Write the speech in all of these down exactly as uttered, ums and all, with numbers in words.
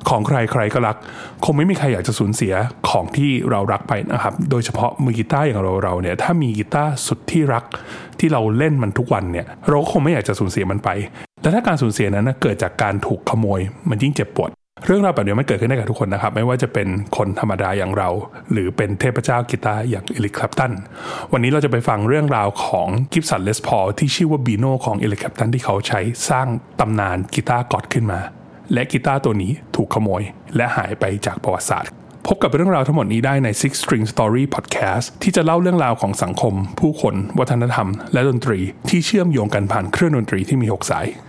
ของใครใครก็รักคงไม่มีใครอยากจะสูญเสียของที่เรารักไปนะครับโดยเฉพาะมือกีตาร์อย่างเราเราเนี่ยถ้ามีกีตาร์สุดที่รักที่เราเล่นมันทุกวันเนี่ยเราคงไม่อยากจะสูญเสียมันไปและถ้าการสูญเสียนั้นเกิดจากการถูกขโมยมันยิ่งเจ็บปวดเรื่องราวแบบนี้มันเกิดขึ้นได้กับทุกคนนะครับไม่ว่าจะเป็นคนธรรมดาอย่างเราหรือเป็นเทพเจ้ากีตาร์อย่างเอริก แคลปตันวันนี้เราจะไปฟังเรื่องราวของกิฟสัน เลส พอลที่ชื่อว่าบีโน่ของเอริก แคลปตันที่เขาใช้สร้างตำนานกีตาร์กอดขึ้นมาและกีตาร์ตัวนี้ถูกขโมยและหายไปจากประวัติศาสตร์พบกับเรื่องราวทั้งหมดนี้ได้ใน Six String Story Podcast ที่จะเล่าเรื่องราวของสังคมผู้คนวัฒนธรรมและดนตรีที่เชื่อมโยงกันผ่านเครื่องดนตรีที่มีหกสาย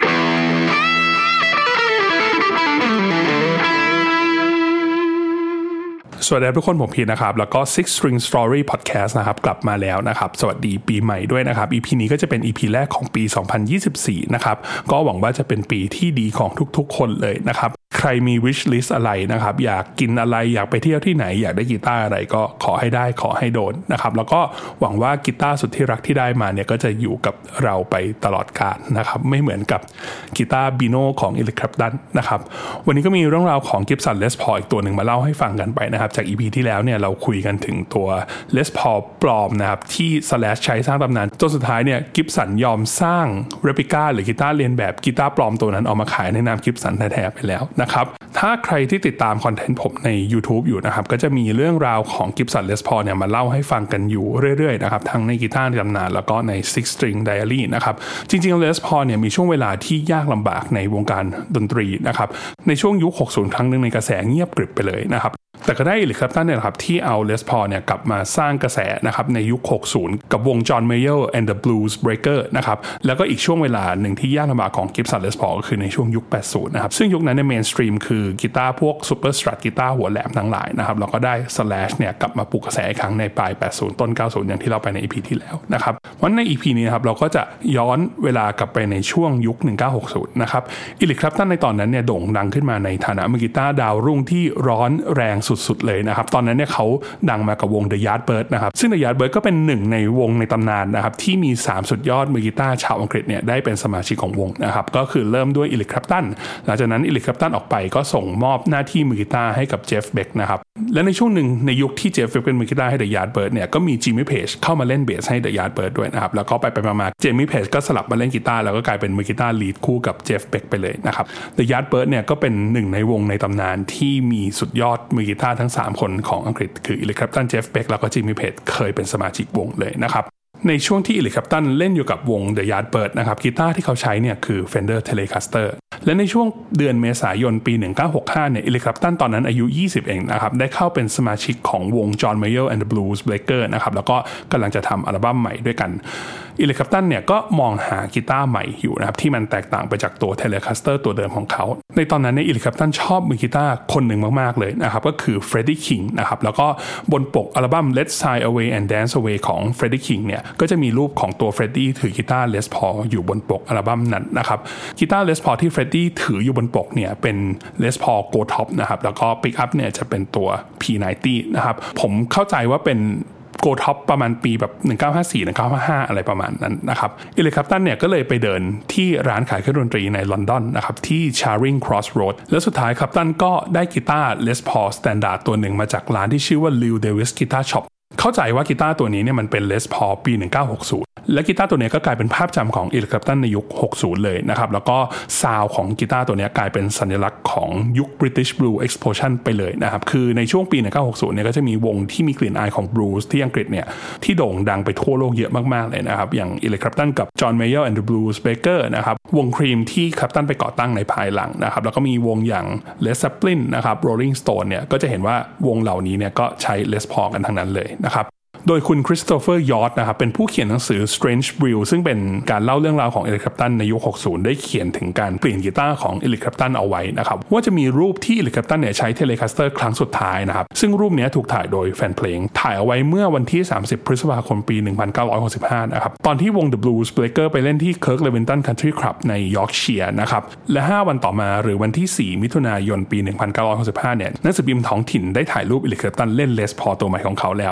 สวัสดีทุกคนผมพีนะครับแล้วก็ Six String Story Podcast นะครับกลับมาแล้วนะครับสวัสดีปีใหม่ด้วยนะครับ อี พี นี้ก็จะเป็น อี พี แรกของปีสองพันยี่สิบสี่นะครับก็หวังว่าจะเป็นปีที่ดีของทุกๆคนเลยนะครับใครมี wish list อะไรนะครับอยากกินอะไรอยากไปเที่ยวที่ไหนอยากได้กีตาร์อะไรก็ขอให้ได้ขอให้โดนนะครับแล้วก็หวังว่ากีตาร์สุดที่รักที่ได้มาเนี่ยก็จะอยู่กับเราไปตลอดกาลนะครับไม่เหมือนกับกีตาร์บีโน่ของเอริก แคลปตันนะครับวันนี้ก็มีเรื่องราวของกิฟสัน เลส พอลอีกตัวหนึ่งมาเล่าให้ฟังกันไปนะครับจาก อี พี ที่แล้วเนี่ยเราคุยกันถึงตัว เลส พอล ปลอมนะครับที่ Slash ใช้สร้างตำนานจนสุดท้ายเนี่ยกิฟสันยอมสร้างเรปลิก้าหรือกีตาร์เลียนแบบกีตาร์ปลอมตัวนั้นออกมาขายในนามกิฟสันแท้ๆไปแล้วนะครับถ้าใครที่ติดตามคอนเทนต์ผมใน YouTube อยู่นะครับก็จะมีเรื่องราวของกิฟสัน เลส พอลเนี่ยมาเล่าให้ฟังกันอยู่เรื่อยๆนะครับทั้งในกีตาร์ตำนานแล้วก็ใน Six String Diary นะครับจริงๆ เลส พอลเนี่ยมีช่วงเวลาที่ยากลำบากในวงการดนตรีนะครับในช่วงยุคหกสิบครั้งนึงในกระแสเงียบกริบไปเลยนะครับแต่ก็ได้เอริก แคลปตันเนี่ยครับที่เอา เลส พอลเนี่ยกลับมาสร้างกระแสนะครับในยุคหกสิบกับวง John Mayall and the Blues Breakers นะครับแล้วก็อีกช่วงเวลาหนึ่งที่ยากลำบากของกิฟสัน เลส พอลก็คือในช่วงยุคแปดสิบนะครับซึ่งยุคนั้นในเมนสตรีมคือกีตาร์พวกซูเปอร์สตรัทกีตาร์หัวแหลมทั้งหลายนะครับแล้วก็ได้ Slash เนี่ยกลับมาปลุกกระแสอีกครั้งในปลายแปดสิบต้นเก้าสิบอย่างที่เราไปใน อี พี ที่แล้วนะครับวันใน อี พี นี้นะครับเราก็จะย้อนเวลากลับไปในช่วงยุคหนึ่งพันเก้าร้อยหกสิบนะครับเอริก แคลปตันในตอนนั้นเนี่ยโด่งดังขึ้นมาในฐานะมือกีตาร์ดาวรุ่งที่ร้อนแรงสุดๆเลยนะครับตอนนั้นเนี่ยเขาดังมากับวง The Yardbirds นะครับซึ่ง The Yardbirds ก็เป็นหนึ่งในวงในตำนานนะครับที่มีสามสุดยอดมือกีตาร์ชาวอังกฤษเนี่ยได้เป็นสมาชิกของวงนะครับก็คือเริ่มด้วยเอริก แคลปตันหลังจากนั้นเอริก แคลปตันออกไปก็ส่งมอบหน้าที่มือกีตาร์ให้กับเจฟ เบคนะครับและในช่วงหนึ่งในยุคที่เจฟ เบคเป็นมือกีตาร์ให้ The Yardbirds เนี่ยก็มีจิมมี่เพจเข้ามาเล่นเบสให้ The Yardbirds ด้วยนะครับแล้วก็ไปไปมาๆจิมมี่เพจก็สลับมาเล่นกีตาร์แล้วก็กลายเป็นมือกีตาร์ลีดคู่กับเจฟ เบคไปเลยนะครับ The Yardbirds เนี่ยก็เป็นหนึ่งในวงในตำนานที่มีสุดยอดมือกีตาร์ทั้งสามคนของอังกฤษคือเอริก แคลปตัน เจฟ เบคแล้วก็จิมมี่เพจเคยเป็นสมาชิกวงเลยนะครับในช่วงที่เอริก แคลปตันเล่นอยู่กับวง The Yardbirds นะครับกีตาร์ที่เขาใช้เนี่ยคือ Fender Telecaster และในช่วงเดือนเมษายนปีหนึ่งพันเก้าร้อยหกสิบห้าเนี่ยเอริก แคลปตันตอนนั้นอายุยี่สิบเองนะครับได้เข้าเป็นสมาชิกของวง John Mayall and the Blues Breakers นะครับแล้วก็กำลังจะทำอัลบั้มใหม่ด้วยกันเอริก แคลปตันเนี่ยก็มองหากีตาร์ใหม่อยู่นะครับที่มันแตกต่างไปจากตัว Telecaster ตัวเดิมของเขาในตอนนั้นเนี่ยเอริก แคลปตันชอบมือกีตาร์คนหนึ่งมากๆเลยนะครับก็คือ Freddie King นะครับแล้วก็บนปกอัลบั้ม Let's Sigh Away and Dance Away ของ Freddie King เนี่ยก็จะมีรูปของตัว Freddie ถือกีตาร์ Les Paul อยู่บนปกอัลบั้มนั้นนะครับกีตาร์ Les Paul ที่ Freddie ถืออยู่บนปกเนี่ยเป็น Les Paul Go Top นะครับแล้วก็ Pick Up เนี่ยจะเป็นตัว พี ไนน์ตี้ นะครับผมเข้าใจว่าเป็นโกท็อปประมาณปีแบบหนึ่งพันเก้าร้อยห้าสิบสี่ หนึ่งพันเก้าร้อยห้าสิบห้าอะไรประมาณนั้นนะครับเอริก แคลปตันเนี่ยก็เลยไปเดินที่ร้านขายเครื่องดนตรีในลอนดอนนะครับที่ Charing Cross Road แล้วสุดท้ายแคลปตันก็ได้กีตาร์ Les Paul Standard ตัวหนึ่งมาจากร้านที่ชื่อว่า Lil Davis Guitar Shop เข้าใจว่ากีตาร์ตัวนี้เนี่ยมันเป็น Les Paul ปีหนึ่งพันเก้าร้อยหกสิบและกีตาร์ตัวนี้ก็กลายเป็นภาพจำของเอริก แคลปตันในยุคหกสิบเลยนะครับแล้วก็ซาวด์ของกีตาร์ตัวนี้กลายเป็นสัญลักษณ์ของยุค British Blue Explosion ไปเลยนะครับคือในช่วงปีหนึ่งพันเก้าร้อยหกสิบเนี่ยก็จะมีวงที่มีกลิ่นอายของบลูส์ที่อังกฤษเนี่ยที่โด่งดังไปทั่วโลกเยอะมากๆเลยนะครับอย่างเอริก แคลปตันกับ John Mayall and the Blues Breakers นะครับวงครีมที่แคลปตันไปก่อตั้งในภายหลังนะครับแล้วก็มีวงอย่าง Led Zeppelin นะครับ Rolling Stone เนี่ยก็จะเห็นว่าวงเหล่านี้เนี่ยก็ใช้ Les Paul กันทั้งนั้นเลยนะครับโดยคุณคริสโตเฟอร์ยอร์ดนะครับเป็นผู้เขียนหนังสือ Strange Brew ซึ่งเป็นการเล่าเรื่องราวของเอริก แคลปตันในยุคหกสิบได้เขียนถึงการเปลี่ยนกีตาร์ของเอริก แคลปตันเอาไว้นะครับว่าจะมีรูปที่เอริก แคลปตันเนี่ยใช้ Telecaster ครั้งสุดท้ายนะครับซึ่งรูปนี้ถูกถ่ายโดยแฟนเพลงถ่ายเอาไว้เมื่อวันที่สามสิบพฤษภาคมปีหนึ่งพันเก้าร้อยหกสิบห้านะครับตอนที่วง The Blues Breakers ไปเล่นที่ Kirk Levington Country Club ในยอร์กเชียร์นะครับและห้าวันต่อมาหรือวันที่สี่มิถุนายนปีหนึ่งพันเก้าร้อยหกสิบห้าเนี่ยหนังสือพิมพ์ท้องถิ่นได้ถ่ายรูปเอริก แคลปตันเล่น Les Paul ตัวใหม่ของเขาแล้วนะครับ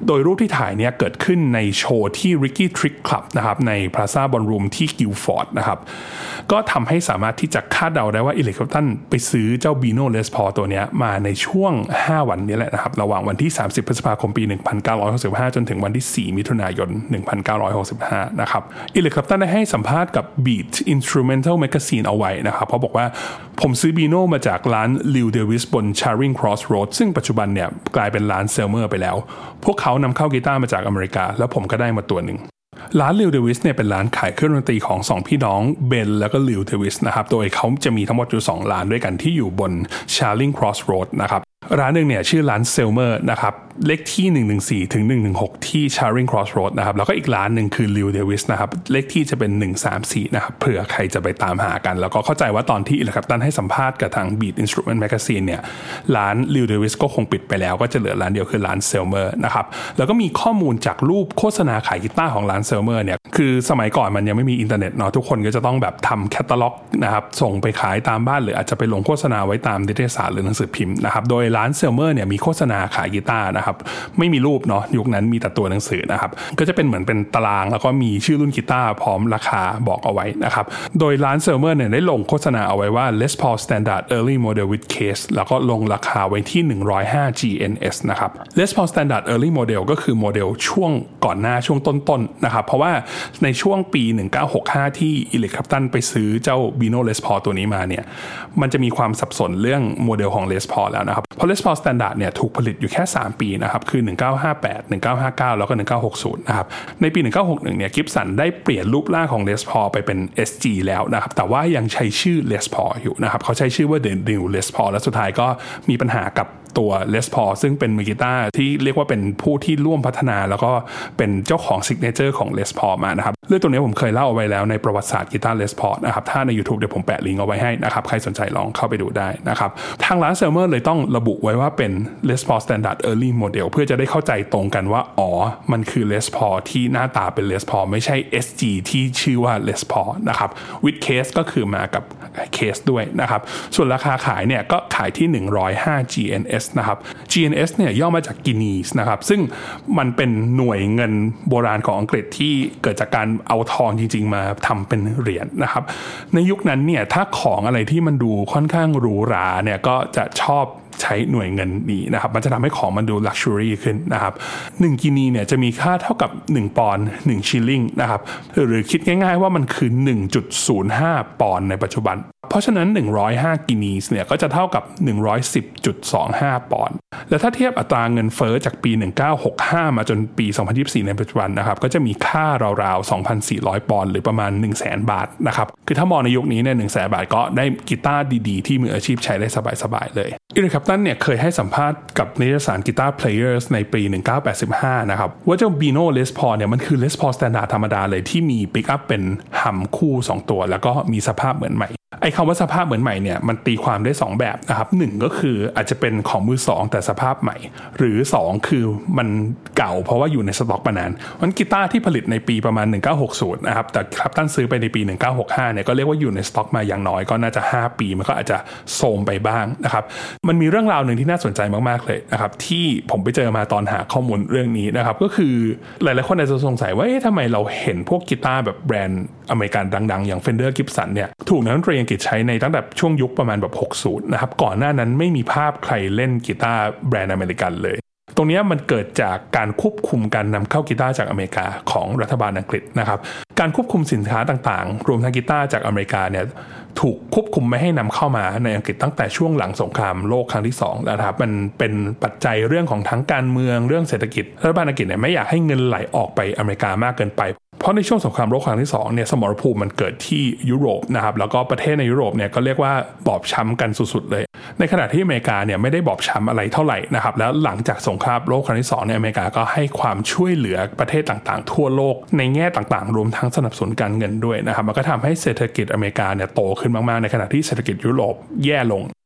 โดยรูปที่ถ่ายเนี่ยเกิดขึ้นในโชว์ที่ Ricky Trick Club นะครับใน Plaza Ballroom ที่ Guildford นะครับก็ทำให้สามารถที่จะคาดเดาได้ว่าอีริก คลิปตันไปซื้อเจ้า Beano Les Paul ตัวนี้มาในช่วงห้าวันนี้แหละนะครับระหว่างวันที่สามสิบพฤษภาคมปีหนึ่งพันเก้าร้อยหกสิบห้าจนถึงวันที่สี่มิถุนายนหนึ่งพันเก้าร้อยหกสิบห้านะครับอีริก คลิปตันได้ให้สัมภาษณ์กับ Beat Instrumental Magazine เอาไว้นะครับเพราะบอกว่าผมซื้อ Beano มาจากร้าน Liu Davis บน Charing Cross Road ซึ่งปัจจุบันเนี่ยกลายเป็นร้าน Selmer ไปแล้วพวกเขานำเข้ากีตาร์มาจากอเมริกาแล้วผมก็ได้มาตัวหนึ่งร้าน Liu Davis เนี่ยเป็นร้านขายเครื่องดนตรีของสองพี่น้องเบนแล้วก็ Liu Davis นะครับโดยเขาจะมีทั้งหมดอยู่สองร้านด้วยกันที่อยู่บน Charing Cross Road นะครับร้านหนึ่งเนี่ยชื่อร้าน Selmer นะครับเลขที่หนึ่งหนึ่งสี่ถึงหนึ่งหนึ่งหกที่ Charing Cross Road นะครับแล้วก็อีกร้านหนึ่งคือ Liu Davis นะครับเลขที่จะเป็นหนึ่งสามสี่นะครับเผื่อใครจะไปตามหากันแล้วก็เข้าใจว่าตอนที่อีริก คลิปตันให้สัมภาษณ์กับทาง Beat Instrument Magazine เนี่ยร้าน Liu Davis ก็คงปิดไปแล้วก็จะเหลือร้านเดียวคือร้าน Selmer นะครับแล้วก็มีข้อมูลจากรูปโฆษณาขายกีตาร์ของร้าน Selmer เนี่ยคือสมัยก่อนมันยังไม่มีอินเทอร์เน็ตเนาะทุกคนก็จะต้องแบบทำแคตตาล็อกนะครับส่งไปขายตามบ้านหรืออาจจะไปลงโฆษณาไว้ตามนิตยสารหรือหนังสือพิมพ์นะครับโดยร้าน Selmer เนี่ยมีโฆษณาขายกีตาร์นะครับไม่มีรูปเนาะยุคนั้นมีแต่ตัวหนังสือนะครับก็จะเป็นเหมือนเป็นตารางแล้วก็มีชื่อรุ่นกีตาร์พร้อมราคาบอกเอาไว้นะครับโดยร้าน Selmer เนี่ยได้ลงโฆษณาเอาไว้ว่า Les Paul Standard Early Model with Case แล้วก็ลงราคาไว้ที่หนึ่งร้อยห้า จี เอ็น เอส นะครับ Les Paul Standard Early Model ก็คือโมเดลช่วงก่อนหน้าช่วงต้นๆนะครับเพราะว่าในช่วงปีหนึ่งพันเก้าร้อยหกสิบห้าที่อีริก คลิปตันไปซื้อเจ้า Beano Les Paul ตัวนี้มาเนี่ยมันจะมีความสับสนเรื่องโมเดลของ Les Paul แล้วนะครับเพราะ Les Paul Standard เนี่ยถูกผลิตอยู่แค่สามปีนะครับคือหนึ่งพันเก้าร้อยห้าสิบแปด หนึ่งพันเก้าร้อยห้าสิบเก้าแล้วก็หนึ่งพันเก้าร้อยหกสิบนะครับในปีหนึ่งพันเก้าร้อยหกสิบเอ็ดเนี่ยกิฟสันได้เปลี่ยนรูปร่างของ Les Paul ไปเป็น เอส จี แล้วนะครับแต่ว่ายังใช้ชื่อ Les Paul อยู่นะครับเขาใช้ชื่อว่า The New Les Paul และสุดท้ายก็มีปัญหากับตัว Les Paul ซึ่งเป็นมือกีตาร์ที่เรียกว่าเป็นผู้ที่ร่วมพัฒนาแล้วก็เป็นเจ้าของซิกเนเจอร์ของ Les Paul มานะครับเรื่องตัวนี้ผมเคยเล่าเอาไว้แล้วในประวัติศาสตร์กีตาร์ Les Paul นะครับถ้าใน YouTube เดี๋ยวผมแปะลิงก์เอาไว้ให้นะครับใครสนใจลองเข้าไปดูได้นะครับทางร้าน Selmer เลยต้องระบุไว้ว่าเป็น Les Paul Standard Early Model เพื่อจะได้เข้าใจตรงกันว่าอ๋อมันคือ Les Paul ที่หน้าตาเป็น Les Paul ไม่ใช่ เอส จี ที่ชื่อว่า Les Paul นะครับ with case ก็คือมากับเคสด้วยนะครับส่วนราคาขายเนี่ยก็ขายที่หนึ่งร้อยห้า จี เอ็น เอส นะครับ จี เอ็น เอส เนี่ยย่อมาจาก Guineas นะครับซึ่งมันเป็นหน่วยเงินโบราณของอังกฤษที่เกิดจากการเอาทองจริงๆมาทำเป็นเหรียญ นะครับในยุคนั้นเนี่ยถ้าของอะไรที่มันดูค่อนข้างหรูหราเนี่ยก็จะชอบใช้หน่วยเงินนี้นะครับมันจะทำให้ของมันดูลักชัวรี่ขึ้นนะครับหนึ่งกินีเนี่ยจะมีค่าเท่ากับหนึ่งปอนด์หนึ่งชิลลิงนะครับหรือคิดง่ายๆว่ามันคือ หนึ่งจุดศูนย์ห้า ปอนด์ในปัจจุบันเพราะฉะนั้นหนึ่งร้อยห้ากินีสเนี่ยก็จะเท่ากับ หนึ่งร้อยสิบจุดสองห้า ปอนด์และถ้าเทียบอัตราเงินเฟ้อจากปีหนึ่งพันเก้าร้อยหกสิบห้ามาจนปีสองพันยี่สิบสี่ในปัจจุบันนะครับก็จะมีค่าราวๆ สองพันสี่ร้อย ปอนด์หรือประมาณ หนึ่งแสน บาทนะครับคือถ้ามองในยุคนี้เนี่ย หนึ่งแสน บาทก็ได้กีตาร์ดีๆที่มืออาชีพใช้ได้สบายๆเลยอีริก คลิปตันเนี่ยเคยให้สัมภาษณ์กับนิตยสาร Guitar Players ในปีหนึ่งพันเก้าร้อยแปดสิบห้านะครับว่าเจ้า Beano Les Paul เนี่ยมันคือ Les Paul Standard ธรรมดาเลยที่มีปิกอัพเป็นหัมคู่สองตัวแล้วก็มีสภาพเหมือนใหม่ไอ้คำว่าสภาพเหมือนใหม่เนี่ยมันตีความได้สองแบบนะครับหนึ่งก็คืออาจจะเป็นของมือสองแต่สภาพใหม่หรือสองคือมันเก่าเพราะว่าอยู่ในสต็อกมานานมันกีตาร์ที่ผลิตในปีประมาณหนึ่งพันเก้าร้อยหกสิบนะครับแต่คลิปตันซื้อไปในปีหนึ่งพันเก้าร้อยหกสิบห้าเนี่ยก็เรียกว่าอยู่ในสต็อกมาอย่างน้อยก็น่าจะห้าปีมันก็อาจจะโทรมไปบ้างนะครับมันมีเรื่องราวหนึ่งที่น่าสนใจมากๆเลยนะครับที่ผมไปเจอมาตอนหาข้อมูลเรื่องนี้นะครับก็คือหลายๆคนอาจจะสงสัยว่าเอ๊ะทำไมเราเห็นพวกกีตาร์แบบแบรนด์อเมริกันดังๆอย่าง Fender Gibson เนี่ยถูกนักดนตรีอังกฤษใช้ในตั้งแต่ช่วงยุคประมาณแบบหกสิบนะครับก่อนหน้านั้นไม่มีภาพใครเล่นกีตาร์แบรนด์อเมริกันเลยตรงนี้มันเกิดจากการควบคุมการนำเข้ากีตาร์จากอเมริกาของรัฐบาลอังกฤษนะครับการควบคุมสินค้าต่างๆรวมทั้งกีตาร์จากอเมริกาเนี่ยถูกควบคุมไม่ให้นำเข้ามาในอังกฤษตั้งแต่ช่วงหลังสงครามโลกครั้งที่สองแล้วครับมันเป็นปัจจัยเรื่องของทั้งการเมืองเรื่องเศรษฐกิจรัฐบาลอังกฤษเนี่ยไม่อยากให้เงินไหลออกไปอเมริกามากเกินไปเพราะในช่วงสงครามโลกครั้งที่สองเนี่ยสมรภูมิมันเกิดที่ยุโรปนะครับแล้วก็ประเทศในยุโรปเนี่ยก็เรียกว่าบอบช้ำกันสุดๆเลยในขณะที่อเมริกาเนี่ยไม่ได้บอบช้ำอะไรเท่าไหร่นะครับแล้วหลังจากสงครามโลกครั้งที่สองเนี่ยอเมริกาก็ให้ความช่วยเหลือประเทศต่างๆทั่วโลกในแง่ต่างๆรวมทั้งสนับสนุนการเงินด้วยนะครับมันก็ทำให้เศรษฐกิจอเมริกาเนี่ยโตขึ้นมากๆในขณะที่เศรษฐกิจยุโรปแย่ลง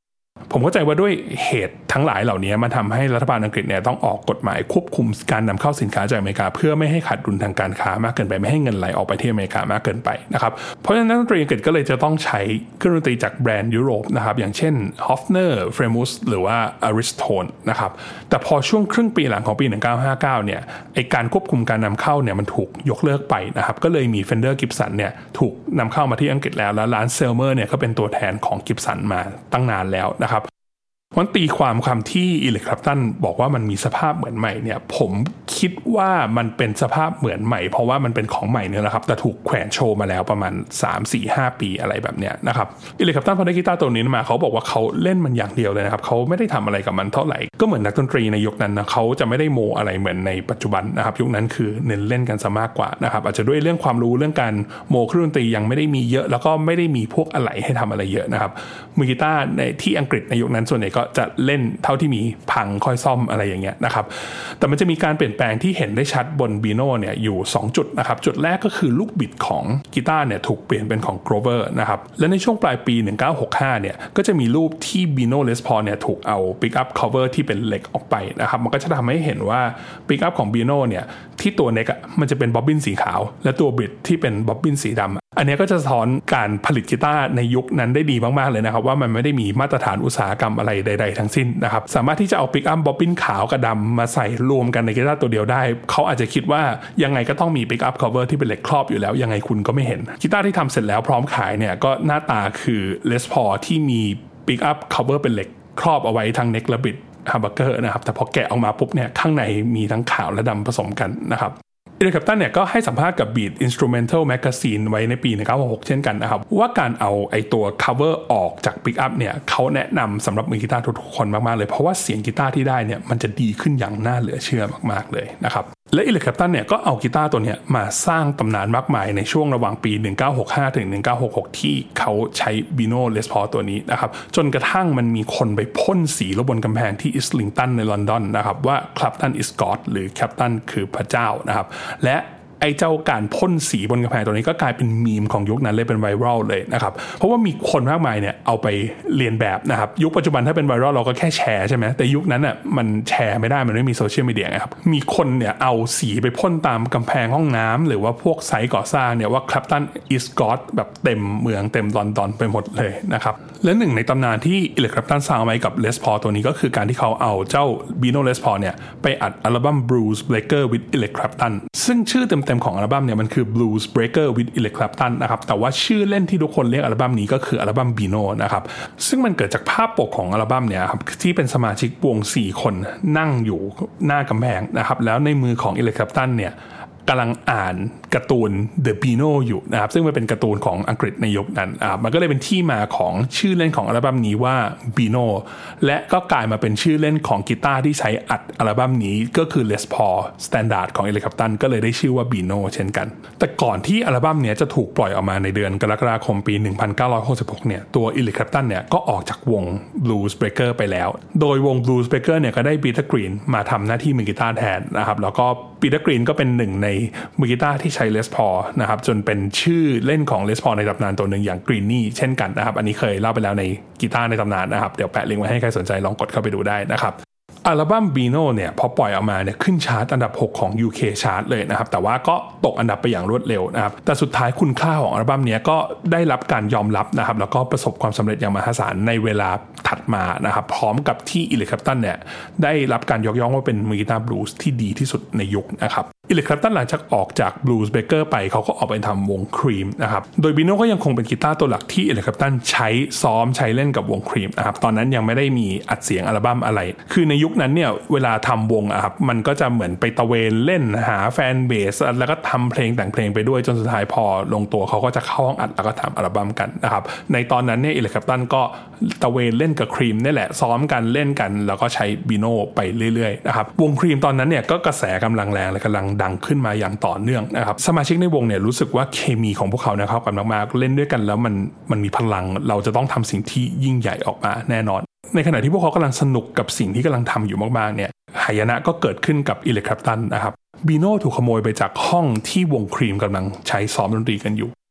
ผมเข้าใจว่าด้วยเหตุทั้งหลายเหล่านี้มันทำให้รัฐบาลอังกฤษเนี่ยต้องออกกฎหมายควบคุมการนำเข้าสินค้าจากอเมริกาเพื่อไม่ให้ขาดดุลทางการค้ามากเกินไปไม่ให้เงินไหลออกไปที่อเมริกามากเกินไปนะครับเพราะฉะนั้นนักดนตรีอังกฤษก็เลยจะต้องใช้เครื่องดนตรีจากแบรนด์ยุโรปนะครับอย่างเช่น Hofner Framus หรือว่า Aristone นะครับแต่พอช่วงครึ่งปีหลังของปีหนึ่งพันเก้าร้อยห้าสิบเก้าเนี่ยไอการควบคุมการนำเข้าเนี่ยมันถูกยกเลิกไปนะครับก็เลยมี Fender Gibson เนี่ยถูกนำเข้ามาที่อังกฤษแล้วแล้วร้าน Selmer เนี่ยก็เป็นตัวแทนของ Gibson มาตั้งนานแล้วนะครับวันตีความคำที่Eric Claptonบอกว่ามันมีสภาพเหมือนใหม่เนี่ยผมคิดว่ามันเป็นสภาพเหมือนใหม่เพราะว่ามันเป็นของใหม่เนี่ยนะครับแต่ถูกแขวนโชว์มาแล้วประมาณ สาม สี่ ห้า ปีอะไรแบบเนี้ยนะครับEric Claptonพอได้กีตาร์ตัวนี้มาเขาบอกว่าเขาเล่นมันอย่างเดียวเลยนะครับเขาไม่ได้ทำอะไรกับมันเท่าไหร่ก็เหมือนนักดนตรีในยุคนั้นนะเขาจะไม่ได้โมอะไรเหมือนในปัจจุบันนะครับยุคนั้นคือเน้นเล่นกันซะมากกว่านะครับอาจจะด้วยเรื่องความรู้เรื่องการโมเครื่องดนตรียังไม่ได้มีเยอะแล้วก็ไม่ได้มีพวกอะไหล่ให้ทำอะไรเยอะนะครับมือกีตาร์ในที่อังกฤษในยุคนั้นส่วนใหญ่ก็จะเล่นเท่าที่มีพังค่อยซ่อมอะไรอย่างเงี้ยนะครับแต่มันจะมีการเปลี่ยนแปลงที่เห็นได้ชัดบน Beano เนี่ยอยู่สองจุดนะครับจุดแรกก็คือลูกบิดของกีตาร์เนี่ยถูกเปลี่ยนเป็นของ Grover นะครับและในช่วงปลายปีหนึ่งพันเก้าร้อยหกสิบห้าเนี่ยก็จะมีรูปที่ Beano Les Paul เนี่ยถูกเอา pick up cover ที่เป็นเหล็กออกไปนะครับมันก็จะทำให้เห็นว่า pick up ของ Beano เนี่ยที่ตัวเน็กอ่ะมันจะเป็นบ็อบบินสีขาวและตัวบิดที่เป็นบ็อบบินสีดำอันนี้ก็จะสะท้อนการผลิตกีตาร์ในยุคนั้นได้ดีมากๆเลยนะครับว่ามันไม่ได้มีมาตรฐานอุตสาหกรรมอะไรใดๆทั้งสิ้นนะครับสามารถที่จะเอาปิกอัพบ็อบบินขาวกับดำมาใส่รวมกันในกีตาร์ตัวเดียวได้เขาอาจจะคิดว่ายังไงก็ต้องมีปิกอัพคัฟเวอร์ที่เป็นเหล็กครอบอยู่แล้วยังไงคุณก็ไม่เห็นกีตาร์ที่ทำเสร็จแล้วพร้อมขายเนี่ยก็หน้าตาคือ Les Paul ที่มีปิกอัพคัฟเวอร์เป็นเหล็กครอบเอาไว้ทั้งเน็กและบิดฮัมเบอร์เกอร์นะครับแต่พอแกะออกมาปุ๊บเนี่ยข้างในมีทั้งขาวและดำผสมกันนะครับEric Claptonเนี่ยก็ให้สัมภาษณ์กับ Beat Instrumental Magazine ไว้ในปีหนึ่งพันเก้าร้อยหกสิบหกเช่นกันนะครับว่าการเอาไอตัว cover ออกจาก pick up เนี่ยเขาแนะนำสำหรับมือกีตาร์ทุกคนมากๆเลยเพราะว่าเสียงกีตาร์ที่ได้เนี่ยมันจะดีขึ้นอย่างน่าเหลือเชื่อมากๆเลยนะครับและ Eric Clapton เนี่ยก็เอากีตาร์ตัวเนี้ยมาสร้างตำนานมากมายในช่วงระหว่างปีหนึ่งพันเก้าร้อยหกสิบห้าถึงหนึ่งพันเก้าร้อยหกสิบหกที่เขาใช้ Beano Les Paul ตัวนี้นะครับจนกระทั่งมันมีคนไปพ่นสีลงบนกำแพงที่อิสลิงตันในลอนดอนนะครับว่า Clapton is God หรือ Clapton คือพระเจ้านะครับและไอ้เจ้าการพ่นสีบนกำแพงตัวนี้ก็กลายเป็นมีมของยุคนั้นเลยเป็นไวรัลเลยนะครับเพราะว่ามีคนมากมายเนี่ยเอาไปเรียนแบบนะครับยุคปัจจุบันถ้าเป็นไวรัลเราก็แค่แชร์ใช่ไหมแต่ยุคนั้นอ่ะมันแชร์ไม่ได้มันไม่มีโซเชียลมีเดียครับมีคนเนี่ยเอาสีไปพ่นตามกำแพงห้องน้ำหรือว่าพวกไซต์ก่อสร้างเนี่ยว่า Clapton is God แบบเต็มเมืองเต็มลอนดอนไปหมดเลยนะครับและหนึ่งในตำนานที่Eric Claptonสร้างไว้กับ Les Paul ตัวนี้ก็คือการที่เขาเอาเจ้า Beano Les Paul เนี่ยไปอัดอัลบั้ม Blues Breaker with Eric Clapton ซึ่งชื่อเต็มๆของอัลบั้มเนี่ยมันคือ Blues Breaker with Eric Clapton นะครับแต่ว่าชื่อเล่นที่ทุกคนเรียกอัลบั้มนี้ก็คืออัลบั้ม Beano นะครับซึ่งมันเกิดจากภาพปกของอัลบั้มเนี่ยครับที่เป็นสมาชิกวงสี่คนนั่งอยู่หน้ากำแพงนะครับแล้วในมือของEric Claptonเนี่ยกำลังอ่านการ์ตูน The Beano อยู่นะครับซึ่งมันเป็นการ์ตูนของอังกฤษในยุคนั้นอ่ามันก็เลยเป็นที่มาของชื่อเล่นของอัลบั้มนี้ว่า Beano และก็กลายมาเป็นชื่อเล่นของกีตาร์ที่ใช้อัดอัลบั้มนี้ก็คือ Les Paul Standard ของ Eric Clapton ก็เลยได้ชื่อว่า Beano เช่นกันแต่ก่อนที่อัลบั้มนี้จะถูกปล่อยออกมาในเดือนกรกฎาคมปีหนึ่งพันเก้าร้อยหกสิบหกเนี่ยตัว Eric Clapton เนี่ยก็ออกจากวง Blues Breaker ไปแล้วโดยวง Blues Breaker เนี่ยก็ได้ Peter Green มาทำหน้าที่มือกีตาร์แทนนะครับแล้วก็ Peter Green ก็เป็นหนึ่งในมือกีตาร์ที่ใช้ Les Paul นะครับจนเป็นชื่อเล่นของ Les Paul ในตำนานตัวหนึ่งอย่าง Greenie เช่นกันนะครับอันนี้เคยเล่าไปแล้วในกีตาร์ในตำนานนะครับเดี๋ยวแปะลิงก์ไว้ให้ใครสนใจลองกดเข้าไปดูได้นะครับอัลบั้ม Beano เนี่ยพอปล่อยออกมาเนี่ยขึ้นชาร์ตอันดับหกของ ยู เค ชาร์ตเลยนะครับแต่ว่าก็ตกอันดับไปอย่างรวดเร็วนะครับแต่สุดท้ายคุณค่าของอัลบั้มนี้ก็ได้รับการยอมรับนะครับแล้วก็ประสบความสำเร็จอย่างมหาศาลในเวลาถัดมานะครับพร้อมกับที่Eric Claptonเนี่ยได้รับการยกย่องว่าเป็นมือกีตาร์บลูส์ที่ดีที่สุดในยุคนะครับEric Claptonหลังจากออกจาก Blues Breaker ไปเขาก็ออกไปทำวง Cream นะครับโดย Beano ก็ยังคงเป็นกีตาร์ตัวหลักที่Eric Claptonใช้ซ้อมใช้เล่นกับวง Cream นะครับตอนนั้นยังไม่ได้มีอัดเสียงอัลบั้มอะไรคือในยุคนั้นเนี่ยเวลาทำวงอะครับมันก็จะเหมือนไปตะเวนเล่นหาแฟนเบสแล้วก็ทำเพลงแต่งเพลงไปด้วยจนสุดท้ายพอลงตัวเขาก็จะเข้าห้องอัดแล้วก็ทำอัลบั้มกันนะครับในตอนนั้นเนี่ยEric Claptonก็ตะเวนเล่นกับ Cream นี่แหละซ้อมกันเล่นกันแล้วก็ใช้ Beano ไปเรื่อยๆนะครับวง Cream ตอนนั้นเนี่ยก็กระแสกำลังแรงและกำลังดังขึ้นมาอย่างต่อเนื่องนะครับสมาชิกในวงเนี่ยรู้สึกว่าเคมีของพวกเขาเนี่ยเข้ากันมากๆเล่นด้วยกันแล้วมันมันมีพลังเราจะต้องทำสิ่งที่ยิ่งใหญ่ออกมาแน่นอนในขณะที่พวกเขากำลังสนุกกับสิ่งที่กำลังทำอยู่มากๆเนี่ยหายนะก็เกิดขึ้นกับ Eric Clapton นะครับ Beano ถูกขโมยไปจากห้องที่วง Cream กำลังใช้ซ้อมดนตรีกันอยู่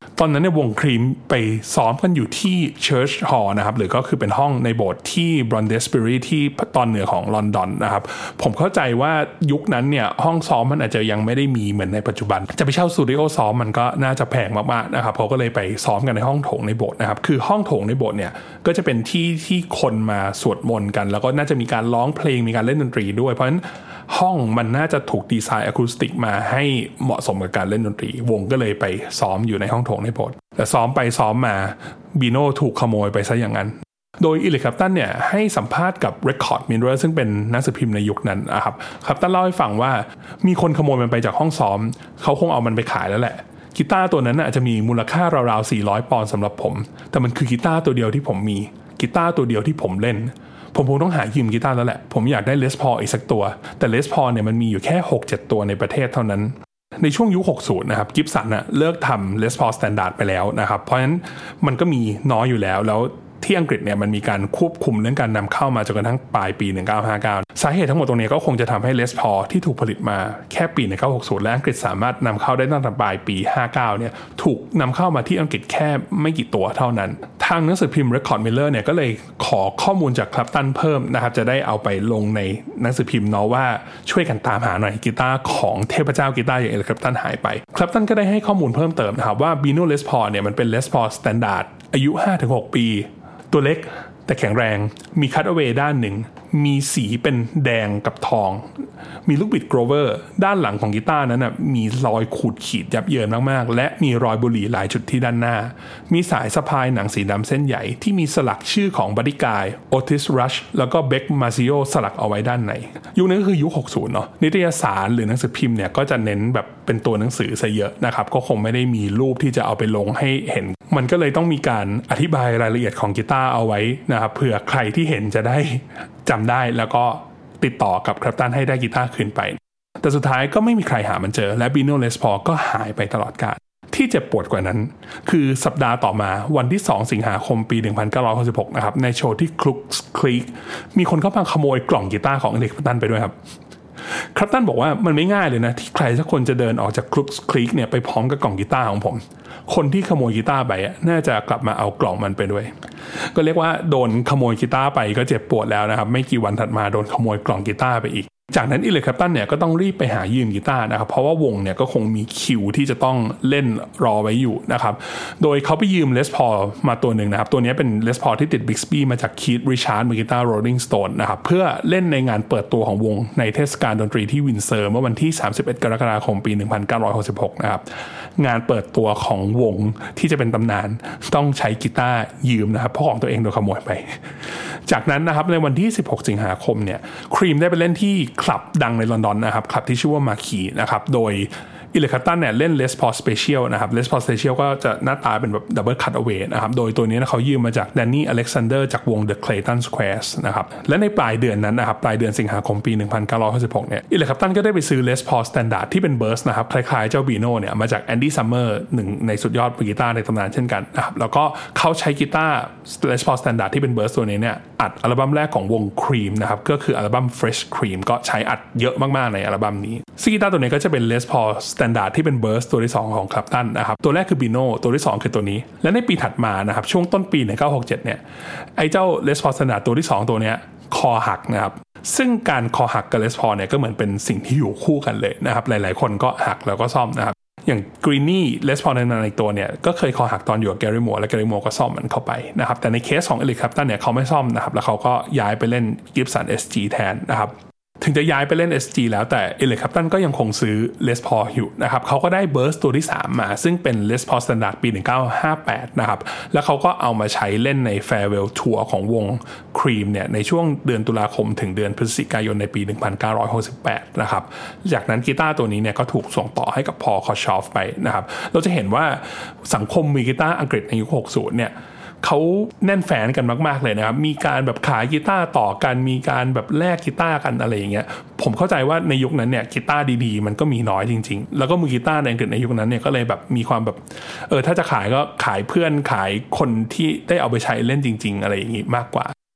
ตอนนั้นในวงครีมไปซ้อมกันอยู่ที่ Church Hall นะครับหรือก็คือเป็นห้องในโบสถ์ที่ Brondesbury ที่ตอนเหนือของลอนดอนนะครับผมเข้าใจว่ายุคนั้นเนี่ยห้องซ้อมมันอาจจะยังไม่ได้มีเหมือนในปัจจุบันจะไปเช่าสตูดิโอซ้อมมันก็น่าจะแพงมากๆนะครับเขาก็เลยไปซ้อมกันในห้องโถงในโบสถ์นะครับคือห้องโถงในโบสถ์เนี่ยก็จะเป็นที่ที่คนมาสวดมนต์กันแล้วก็น่าจะมีการร้องเพลงมีการเล่นดนตรีด้วยเพราะฉะนั้นห้องมันน่าจะถูกดีไซน์อะคูสติกมาให้เหมาะสมกับการเล่นดนตรีวงก็เลยไปซ้อมอยู่ในห้องโถงในโบสถ์แต่ซ้อมไปซ้อมมาบีโน่ถูกขโมยไปซะอย่างนั้นโดยอิริค แคลปตันเนี่ยให้สัมภาษณ์กับ Record Mirror ซึ่งเป็นหนังสือพิมพ์ในยุคนั้นนะครับแคลปตันเล่าให้ฟังว่ามีคนขโมยมันไปจากห้องซ้อมเขาคงเอามันไปขายแล้วแหละกีตาร์ตัวนั้นน่ะจะมีมูลค่าราวๆสี่ร้อยปอนด์สำหรับผมแต่มันคือกีตาร์ตัวเดียวที่ผมมีกีตาร์ตัวเดียวที่ผมเล่นผมคงต้องหายืมกีตาร์แล้วแหละผมอยากได้ Les Paul อีกสักตัวแต่ Les Paul เนี่ยมันมีอยู่แค่ หกเจ็ด ตัวในประเทศเท่านั้นในช่วงยุคหกสิบนะครับกิฟสันน่ะเลิกทำ Les Paul Standard ไปแล้วนะครับเพราะฉะนั้นมันก็มีน้อยอยู่แล้วแล้วที่อังกฤษเนี่ยมันมีการควบคุมเรื่องการนำเข้ามาจนกระทั่งปลายปีหนึ่งพันเก้าร้อยห้าสิบเก้าสาเหตุทั้งหมดตรงนี้ก็คงจะทำให้ Les Paul ที่ถูกผลิตมาแค่ปีหนึ่งพันเก้าร้อยหกสิบและอังกฤษสามารถนำเข้าได้ตั้งแต่ปลายปีห้าสิบเก้าเนี่ยถูกนำเข้ามาที่อังกฤษแค่ไม่กี่ตัวเท่านั้นทางหนังสือพิมพ์ Record Mirror เนี่ยก็เลยขอข้อมูลจากแคลปตันเพิ่มนะครับจะได้เอาไปลงในหนังสือพิมพ์เนาะว่าช่วยกันตามหาหน่อยกีตาร์ของเทพเจ้ากีตาร์อย่างเอริค แคลปตันหายไปแคลปตันก็ได้ให้ข้อมูลเพิ่มเติมนะครับว่า Beano Les Paul เนี่ยมันเป็น Les Paul Standard อายุ ห้าถึงหก ปีตัวเล็กแต่แข็งแรงมีคัตเอาเวย์ด้านหนึ่งมีสีเป็นแดงกับทองมีลูกบิดโกรเวอร์ด้านหลังของกีตาร์นั้นนะมีรอยขูดขีดยับเยินมากๆและมีรอยบุหรี่หลายจุดที่ด้านหน้ามีสายสะพายหนังสีดำเส้นใหญ่ที่มีสลักชื่อของบัดดี้กายโอติสรัชแล้วก็เบคมาซิโอสลักเอาไว้ด้านในยุคนั้นก็คือยุคหกสิบเนาะนิตยสารหรือหนังสือพิมพ์เนี่ยก็จะเน้นแบบเป็นตัวหนังสือซะเยอะนะครับก็คงไม่ได้มีรูปที่จะเอาไปลงให้เห็นมันก็เลยต้องมีการอธิบายรายละเอียดของกีตาร์เอาไว้นะครับเผื่อใครที่เห็นจะได้จำได้แล้วก็ติดต่อกับแคลปตันให้ได้กีตาร์คืนไปแต่สุดท้ายก็ไม่มีใครหามันเจอและ Beano Les Paul ก็หายไปตลอดกาลที่เจ็บปวดกว่านั้นคือสัปดาห์ต่อมาวันที่สองสิงหาคมปีหนึ่งพันเก้าร้อยหกสิบหกนะครับในโชว์ที่ Crooks Creek มีคนเข้ามาขโมยกล่องกีตาร์ของเอริค แคลปตันไปด้วยครับแคลปตันบอกว่ามันไม่ง่ายเลยนะที่ใครสักคนจะเดินออกจาก Crooks Creek เนี่ยไปพร้อมกับกล่องกีตาร์ของผมคนที่ขโมยกีตาร์ไปน่าจะกลับมาเอากล่องมันไปด้วยก็เรียกว่าโดนขโมยกีตาร์ไปก็เจ็บปวดแล้วนะครับไม่กี่วันถัดมาโดนขโมยกล่องกีตาร์ไปอีกจากนั้นอิริค แคลปตันเนี่ยก็ต้องรีบไปหายืมกีตาร์นะครับเพราะว่าวงเนี่ยก็คงมีคิวที่จะต้องเล่นรอไว้อยู่นะครับโดยเขาไปยืม Les Paul มาตัวหนึ่งนะครับตัวนี้เป็น Les Paul ที่ติด Bixby มาจาก Keith Richards มือกีตาร์ Rolling Stone นะครับเพื่อเล่นในงานเปิดตัวของวงในเทศกาลดนตรีที่วินเซอร์เมื่อวันที่สามสิบเอ็ดกรกฎาคมปีหนึ่งพันเก้าร้อยหกสิบหกนะครับงานเปิดตัวของวงที่จะเป็นตำนานต้องใช้กีตาร์ยืมนะครับเพราะของตัวเองโดนขโมยไปจากนั้นนะครับในวันที่สิบหกสิงหาคมเนี่ยครีมได้ไปเล่นที่คลับดังในลอนดอนนะครับคลับที่ชื่อว่ามาคีนะครับโดยอิริค แคลปตันเนี่ยเล่น Les Paul Special นะครับ Les Paul Special ก็จะหน้าตาเป็นแบบ Double Cutaway นะครับโดยตัวนี้เขายืมมาจาก Danny Alexander จากวง The Clayton Squares นะครับและในปลายเดือนนั้นนะครับปลายเดือนสิงหาคมปีหนึ่งพันเก้าร้อยหกสิบหกเนี่ยอิริค แคลปตันก็ได้ไปซื้อ Les Paul Standard ที่เป็น Burst นะครับคล้ายๆเจ้า Beano เนี่ยมาจาก Andy Summer หนึ่งในสุดยอดกีตาร์ในตำนานเช่นกันนะครับแล้วก็เขาใช้กีตาร์ Les Paul Standard ที่เป็น Burst ตัวนี้เนี่ยอัดอัลบั้มแรกของวง Cream นะครับก็คืออัลบั้ม Fresh Cream ก็ใช้อัดเยอะมากๆในอัลบั้มนี้ซึ่งกีตาร์ตัวนี้ก็จะเป็น Les Paul Standard ที่เป็น Burst ตัวที่สองของแคลปตันนะครับตัวแรกคือ Beano ตัวที่สองคือตัวนี้และในปีถัดมานะครับช่วงต้นปีหนึ่งพันเก้าร้อยหกสิบเจ็ดเนี่ยไอ้เจ้า Les Paul Standard ตัวที่สองตัวเนี้ยคอหักนะครับซึ่งการคอหักกับ Les Paul เนี่ยก็เหมือนเป็นสิ่งที่อยู่คู่กันเลยนะครับหลายๆคนก็หักแล้วก็ซ่อมนะครับอย่าง Greenie Les Paul ในตัวเนี่ยก็เคยคอหักตอนอยู่กับ Gary Moore และ Gary Moore ก็ซ่อมมันเข้าไปนะครับแต่ในเคสของ Eric Clapton เนี่ยเขาไม่ซ่อมนะครับแล้วเขาก็ย้ายไปเล่น Gibson เอส จี แทนนะครับถึงจะย้ายไปเล่น เอส จี แล้วแต่ Eric Clapton ก็ยังคงซื้อ Les Paul อยู่นะครับเขาก็ได้ Burst ตัวที่สามมาซึ่งเป็น Les Paul Standard ปีหนึ่งพันเก้าร้อยห้าสิบแปดนะครับแล้วเขาก็เอามาใช้เล่นใน Farewell Tour ของวง Cream เนี่ยในช่วงเดือนตุลาคมถึงเดือนพฤศจิกายนในปีหนึ่งพันเก้าร้อยหกสิบแปดนะครับจากนั้นกีตาร์ตัวนี้เนี่ยก็ถูกส่งต่อให้กับ Paul Koshoff ไปนะครับเราจะเห็นว่าสังคมมือกีตาร์อังกฤษในยุคหกสิบเนี่ยเขาแน่นแฟนกันมากๆเลยนะครับมีการแบบขายกีตาร์ต่อกันมีการแบบแลกกีตาร์กันอะไรอย่างเงี้ยผมเข้าใจว่าในยุคนั้นเนี่ยกีตาร์ดีๆมันก็มีน้อยจริงๆแล้วก็มือกีตาร์ในอังกฤษในยุคนั้นเนี่ยก็เลยแบบมีความแบบเออถ้าจะขายก็ขายเพื่อนขายคนที่ได้เอาไปใช้เล่นจริงๆอะไรอย่างงี้มากกว่า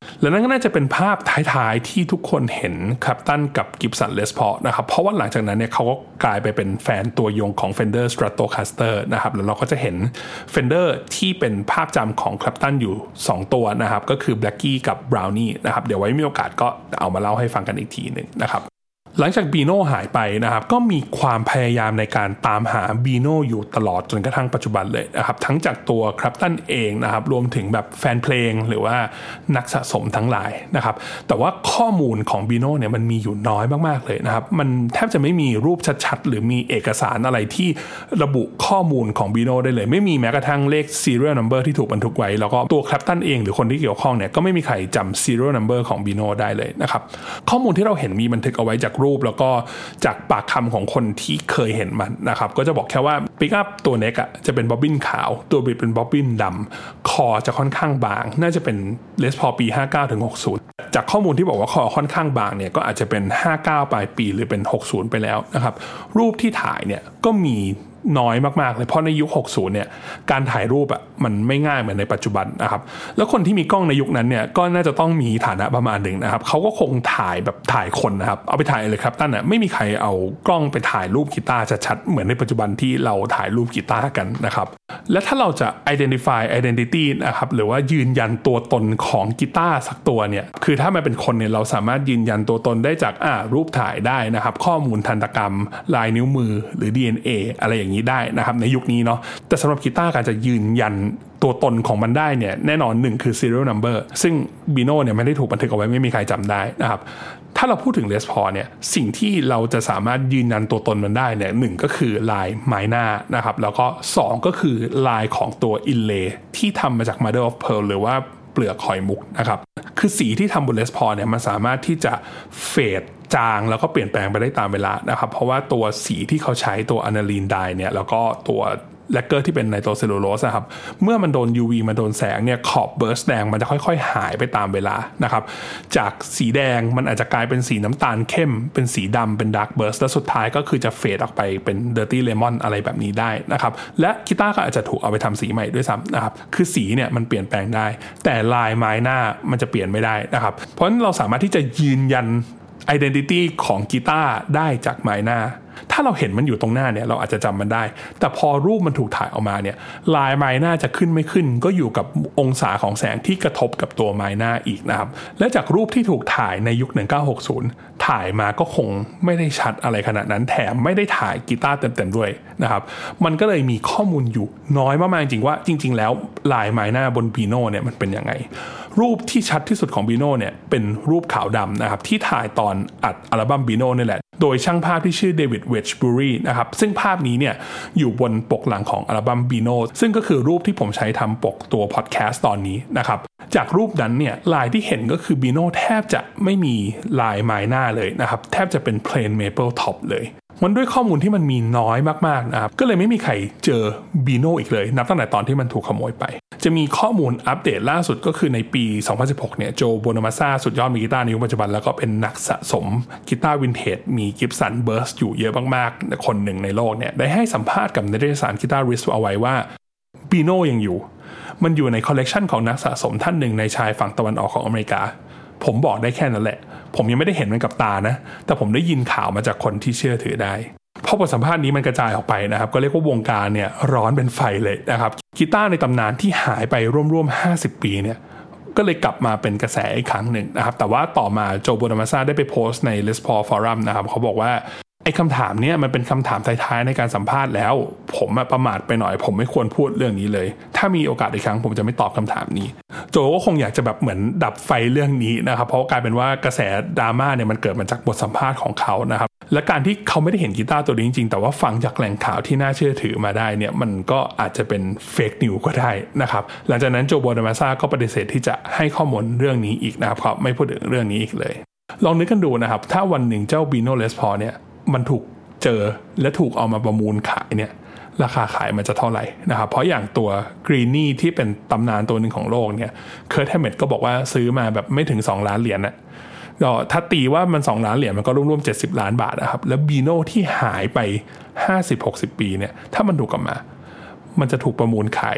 และนั่นก็น่าจะเป็นภาพท้ายๆที่ทุกคนเห็นคลัปตันกับกิบสันเลสพอร์นะครับเพราะว่าหลังจากนั้นเนี่ยเขาก็กลายไปเป็นแฟนตัวยงของ Fender Stratocaster นะครับแล้วเราก็จะเห็น Fender ที่เป็นภาพจำของคลัปตันอยู่สองตัวนะครับก็คือ Blackie กับ Brownie นะครับเดี๋ยวไว้มีโอกาสก็เอามาเล่าให้ฟังกันอีกทีหนึ่งนะครับหลังจากบีโน่หายไปนะครับก็มีความพยายามในการตามหาบีโน่อยู่ตลอดจนกระทั่งปัจจุบันเลยนะครับทั้งจากตัวคลัปตันเองนะครับรวมถึงแบบแฟนเพลงหรือว่านักสะสมทั้งหลายนะครับแต่ว่าข้อมูลของบีโน่เนี่ยมันมีอยู่น้อยมากๆเลยนะครับมันแทบจะไม่มีรูปชัดๆหรือมีเอกสารอะไรที่ระบุข้อมูลของบีโน่ได้เลยไม่มีแม้กระทั่งเลข serial number ที่ถูกบันทึกไว้แล้วก็ตัวคลัปตันเองหรือคนที่เกี่ยวข้องเนี่ยก็ไม่มีใครจำ serial number ของบีโน่ได้เลยนะครับข้อมูลที่เราเห็นมีบันทึกเอาไว้จากรูปแล้วก็จากปากคำของคนที่เคยเห็นมันนะครับก็จะบอกแค่ว่าปิกอัพตัวเน็กอ่ะจะเป็นบ๊อบบินขาวตัวบิดเป็นบ๊อบบินดำคอจะค่อนข้างบางน่าจะเป็นเลสพอปีห้าเก้าถึงหกสิบจากข้อมูลที่บอกว่าคอค่อนข้างบางเนี่ยก็อาจจะเป็นห้าเก้าปลายปีหรือเป็นหกสิบไปแล้วนะครับรูปที่ถ่ายเนี่ยก็มีน้อยมากๆเลยเพราะในยุคหกสิบเนี่ยการถ่ายรูปอ่ะมันไม่ง่ายเหมือนในปัจจุบันนะครับแล้วคนที่มีกล้องในยุคนั้นเนี่ยก็น่าจะต้องมีฐานะประมาณหนึ่งนะครับเขาก็คงถ่ายแบบถ่ายคนนะครับเอาไปถ่ายเลยครับตั้นอ่ะไม่มีใครเอากล้องไปถ่ายรูปกีตาร์ชัดๆเหมือนในปัจจุบันที่เราถ่ายรูปกีตาร์กันนะครับและถ้าเราจะ identify identity นะครับหรือว่ายืนยันตัวตนของกีตาร์สักตัวเนี่ยคือถ้ามันเป็นคนเนี่ยเราสามารถยืนยันตัวตนได้จากอ่ารูปถ่ายได้นะครับข้อมูลทันตกรรมลายนิ้วมือหรือ ดี เอ็น เอ อะไรอย่างนี้ได้นะครับในยุคนี้เนาะแต่สำหรับกีตาร์การจะยืนยันตัวตนของมันได้เนี่ยแน่นอนหนึ่งคือ serial number ซึ่ง Bino เนี่ยไม่ได้ถูกบันทึกเอาไว้ไม่มีใครจำได้นะครับถ้าเราพูดถึง Les Paul เนี่ยสิ่งที่เราจะสามารถยืนยันตัวตนมันได้เนี่ยหนึ่งก็คือลายไม้หน้านะครับแล้วก็สองก็คือลายของตัว inlay ที่ทำมาจาก mother of pearl หรือว่าเปลือกหอยมุกนะครับคือสีที่ทำบน Les Paul เนี่ยมันสามารถที่จะเฟดจางแล้วก็เปลี่ยนแปลงไปได้ตามเวลานะครับเพราะว่าตัวสีที่เขาใช้ตัวอะนาลีนไดน์เนี่ยแล้วก็ตัวแลกเกอร์ที่เป็นไนโตรเซลลูโลสนะครับเมื่อมันโดน ยู วี มันโดนแสงเนี่ยขอบเบิร์สแดงมันจะค่อยๆหายไปตามเวลานะครับจากสีแดงมันอาจจะกลายเป็นสีน้ำตาลเข้มเป็นสีดำเป็นดาร์กเบิร์สแล้วสุดท้ายก็คือจะเฟดออกไปเป็นเดอร์ตี้เลมอนอะไรแบบนี้ได้นะครับและกีตาร์ก็อาจจะถูกเอาไปทำสีใหม่ด้วยซ้ำนะครับคือสีเนี่ยมันเปลี่ยนแปลงได้แต่ลายไม้หน้ามันจะเปลี่ยนไม่ได้นะครับเพราะฉะนั้นเราสามารถที่จะยืนยัน identity ของกีตาร์ได้จากไม้หน้าถ้าเราเห็นมันอยู่ตรงหน้าเนี่ยเราอาจจะจำมันได้แต่พอรูปมันถูกถ่ายออกมาเนี่ยลายไม้หน้าจะขึ้นไม่ขึ้นก็อยู่กับองศาของแสงที่กระทบกับตัวไม้หน้าอีกนะครับและจากรูปที่ถูกถ่ายในยุคหนึ่งเก้าหกศูนย์ถ่ายมาก็คงไม่ได้ชัดอะไรขนาดนั้นแถมไม่ได้ถ่ายกีตาร์เต็มๆด้วยนะครับมันก็เลยมีข้อมูลอยู่น้อยมากๆจริงว่าจริงๆแล้วลายไม้หน้าบนบีโน่เนี่ยมันเป็นยังไงรูปที่ชัดที่สุดของบีโน่เนี่ยเป็นรูปขาวดำนะครับที่ถ่ายตอนอัดอัลบั้มบีโน่นี่แหละโดยช่างภาพที่ชื่อเดวิดเวดจ์บูรีนะครับซึ่งภาพนี้เนี่ยอยู่บนปกหลังของอัลบั้มบีโน่ซึ่งก็คือรูปที่ผมใช้ทำปกตัวพอดแคสต์ตอนนี้นะครับจากรูปนั้นเนี่ยลายที่เห็นก็คือบีโน่แทบจะไม่มีลายไม้หน้าเลยนะครับแทบจะเป็น plain maple top เลยมันด้วยข้อมูลที่มันมีน้อยมากๆนะครับก็เลยไม่มีใครเจอบีโน่อีกเลยนับตั้งแต่ตอนที่มันถูกขโมยไปจะมีข้อมูลอัปเดตล่าสุดก็คือในปีสองพันสิบหกเนี่ยโจโบนามาซาสุดยอดมือกีตาร์ในยุคปัจจุบันแล้วก็เป็นนักสะสมกีตาร์วินเทจมีกิฟสันเบิร์สอยู่เยอะมากๆคนหนึ่งในโลกเนี่ยได้ให้สัมภาษณ์กับนิตยสารกีตาร์ริสเอาไว้ว่าบีโน่ยังอยู่มันอยู่ในคอลเลกชันของนักสะสมท่านหนึ่งในชายฝั่งตะวันออกของอเมริกาผมบอกได้แค่นั้นแหละผมยังไม่ได้เห็นมันกับตานะแต่ผมได้ยินข่าวมาจากคนที่เชื่อถือได้พอบทสัมภาษณ์นี้มันกระจายออกไปนะครับก็เรียกว่าวงการเนี่ยร้อนเป็นไฟเลยนะครับกีตาร์ในตำนานที่หายไปร่วมๆห้าสิบปีเนี่ยก็เลยกลับมาเป็นกระแสอีกครั้งหนึ่งนะครับแต่ว่าต่อมาโจโบนามาซาได้ไปโพสต์ใน Les Paul Forum นะครับเขาบอกว่าไอ้คำถามเนี้ยมันเป็นคำถามท้ายๆในการสัมภาษณ์แล้วผมประมาทไปหน่อยผมไม่ควรพูดเรื่องนี้เลยถ้ามีโอกาสอีกครั้งผมจะไม่ตอบคำถามนี้โจก็คงอยากจะแบบเหมือนดับไฟเรื่องนี้นะครับเพราะกลายเป็นว่ากระแสดราม่าเนี่ยมันเกิดมาจากบทสัมภาษณ์ของเขานะครับและการที่เขาไม่ได้เห็นกีตาร์ตัวนี้จริงๆแต่ว่าฟังจากแหล่งข่าวที่น่าเชื่อถือมาได้เนี่ยมันก็อาจจะเป็นเฟกนิวก็ได้นะครับหลังจากนั้นโจโบนามาซาก็ปฏิเสธที่จะให้ข้อมูลเรื่องนี้อีกนะครับเขาไม่พูดถึงเรื่องนี้อีกเลยลองนึกกันดูนะครับถ้าวันหนึ่งเจ้า Bino Les Paul เนี่ยมันถูกเจอและถูกเอามาประมูลขายเนี่ยราคาขายมันจะเท่าไหร่นะครับเพราะอย่างตัว Greeny ที่เป็นตำนานตัวหนึ่งของโลกเนี่ยเคิร์ท แฮมเมตก็บอกว่าซื้อมาแบบไม่ถึงสองล้านเหรียญนะถ้าตีว่ามันสองล้านเหรียญมันก็รวมๆเจ็ดสิบล้านบาทนะครับแล้ว Bino ที่หายไป ห้าสิบถึงหกสิบ ปีเนี่ยถ้ามันถูกกลับมามันจะถูกประมูลขาย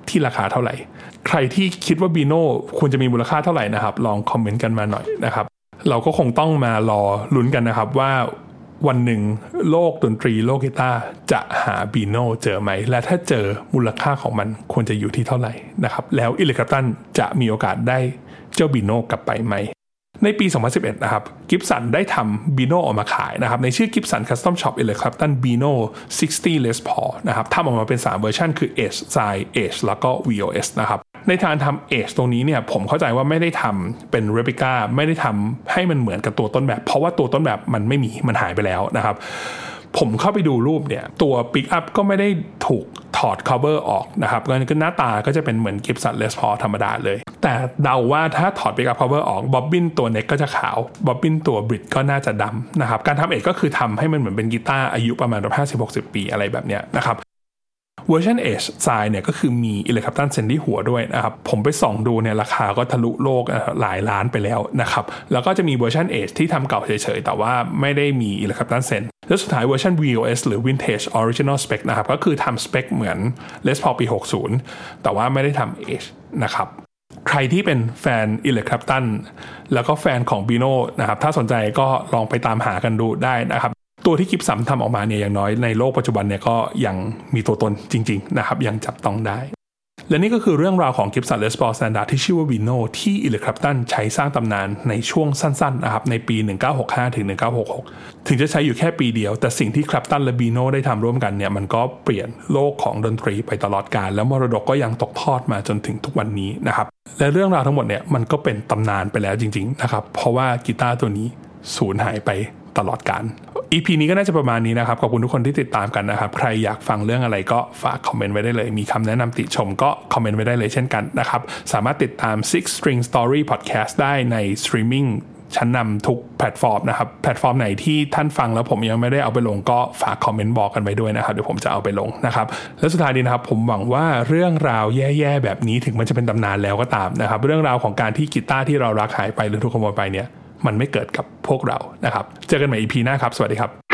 ที่ราคาเท่าไหร่ใครที่คิดว่าบีโน่ควรจะมีมูลค่าเท่าไหร่นะครับลองคอมเมนต์กันมาหน่อยนะครับเราก็คงต้องมารอลุ้นกันนะครับว่าวันหนึ่งโลกดนตรีโลกกีตาร์จะหาบีโน่เจอไหมและถ้าเจอมูลค่าของมันควรจะอยู่ที่เท่าไหร่นะครับแล้วอีริค แคลปตันจะมีโอกาสได้เจ้าบีโน่กลับไปไหมในปีสองพันสิบเอ็ดนะครับกิฟสันได้ทำบีโน่ออกมาขายนะครับในชื่อกิฟสันคัสตอมช็อปอีริค แคลปตันบีโน่ซิกซ์ตี้ Les Paul นะครับทำออกมาเป็นสามเวอร์ชันคือ Edge Side Edge แล้วก็ วี โอ เอส นะครับในทางทำ Edge ตรงนี้เนี่ยผมเข้าใจว่าไม่ได้ทำเป็น Replica ไม่ได้ทำให้มันเหมือนกับตัวต้นแบบเพราะว่าตัวต้นแบบมันไม่มีมันหายไปแล้วนะครับผมเข้าไปดูรูปเนี่ยตัว Pick Up ก็ไม่ได้ถูกถอด cover ออกนะครับก็หน้าตาก็จะเป็นเหมือน Gibson Les Paul ธรรมดาเลยแต่เดาว่าถ้าถอด Pick Up cover ออกบ๊อบบินตัวเน็กก็จะขาวบ๊อบบินตัวบริดก็น่าจะดำนะครับการทำเอกก็คือทำให้มันเหมือนเป็นกีตาร์อายุประมาณห้าสิบ หกสิบปีอะไรแบบเนี้ยนะครับเวอร์ชัน Edge Side เนี่ยก็คือมีอีริค แคลปตันเซนที่หัวด้วยนะครับผมไปส่องดูเนี่ยราคาก็ทะลุโลกหลายล้านไปแล้วนะครับแล้วก็จะมีเวอร์ชัน Edge ที่ทำเก่าเฉยๆแต่ว่าไม่ได้มีอีริค แคลปตันเซนแล้วสุดท้ายเวอร์ชัน วี โอ เอส หรือ Vintage Original Spec นะครับก็คือทำสเปคเหมือน Les Paul ปีหกสิบแต่ว่าไม่ได้ทำ Edge นะครับใครที่เป็นแฟนอีริค แคลปตันแล้วก็แฟนของบีโน่นะครับถ้าสนใจก็ลองไปตามหากันดูได้นะครับตัวที่กิฟสันทำออกมาเนี่ยอย่างน้อยในโลกปัจจุบันเนี่ยก็ยังมีตัวตนจริงๆนะครับยังจับต้องได้และนี่ก็คือเรื่องราวของ Gibson Les Paul Standard ที่ชื่อว่า Vino ที่อีริค แคลปตันใช้สร้างตำนานในช่วงสั้นๆนะครับในปีหนึ่งเก้าหกห้าถึงหนึ่งเก้าหกหกถึงจะใช้อยู่แค่ปีเดียวแต่สิ่งที่ Clapton และ Vino ได้ทำร่วมกันเนี่ยมันก็เปลี่ยนโลกของดนตรีไปตลอดกาลแล้วมรดกก็ยังตกทอดมาจนถึงทุกวันนี้นะครับและเรื่องราวทั้งหมดเนี่ยมันก็เป็นตำนานไปแล้วจริงๆนะครับเพราะว่ากีตาร์ตัวนี้สูญหายไปตลอดกาล อี พี นี้ก็น่าจะประมาณนี้นะครับขอบคุณทุกคนที่ติดตามกันนะครับใครอยากฟังเรื่องอะไรก็ฝากคอมเมนต์ไว้ได้เลยมีคำแนะนำติชมก็คอมเมนต์ไว้ได้เลยเช่นกันนะครับสามารถติดตาม Six String Story Podcast ได้ในสตรีมมิ่งชั้นนำทุกแพลตฟอร์มนะครับแพลตฟอร์มไหนที่ท่านฟังแล้วผมยังไม่ได้เอาไปลงก็ฝากคอมเมนต์บอกกันไว้ด้วยนะครับเดี๋ยวผมจะเอาไปลงนะครับและสุดท้ายนี้นะครับผมหวังว่าเรื่องราวแย่ๆแบบนี้ถึงมันจะเป็นตำนานแล้วก็ตามนะครับเรื่องราวของการที่กีตาร์ที่เรารักหายไปหรือถูกขโมยไปเนี่ยมันไม่เกิดกับพวกเรานะครับเจอกันใหม่ อี พี หน้าครับสวัสดีครับ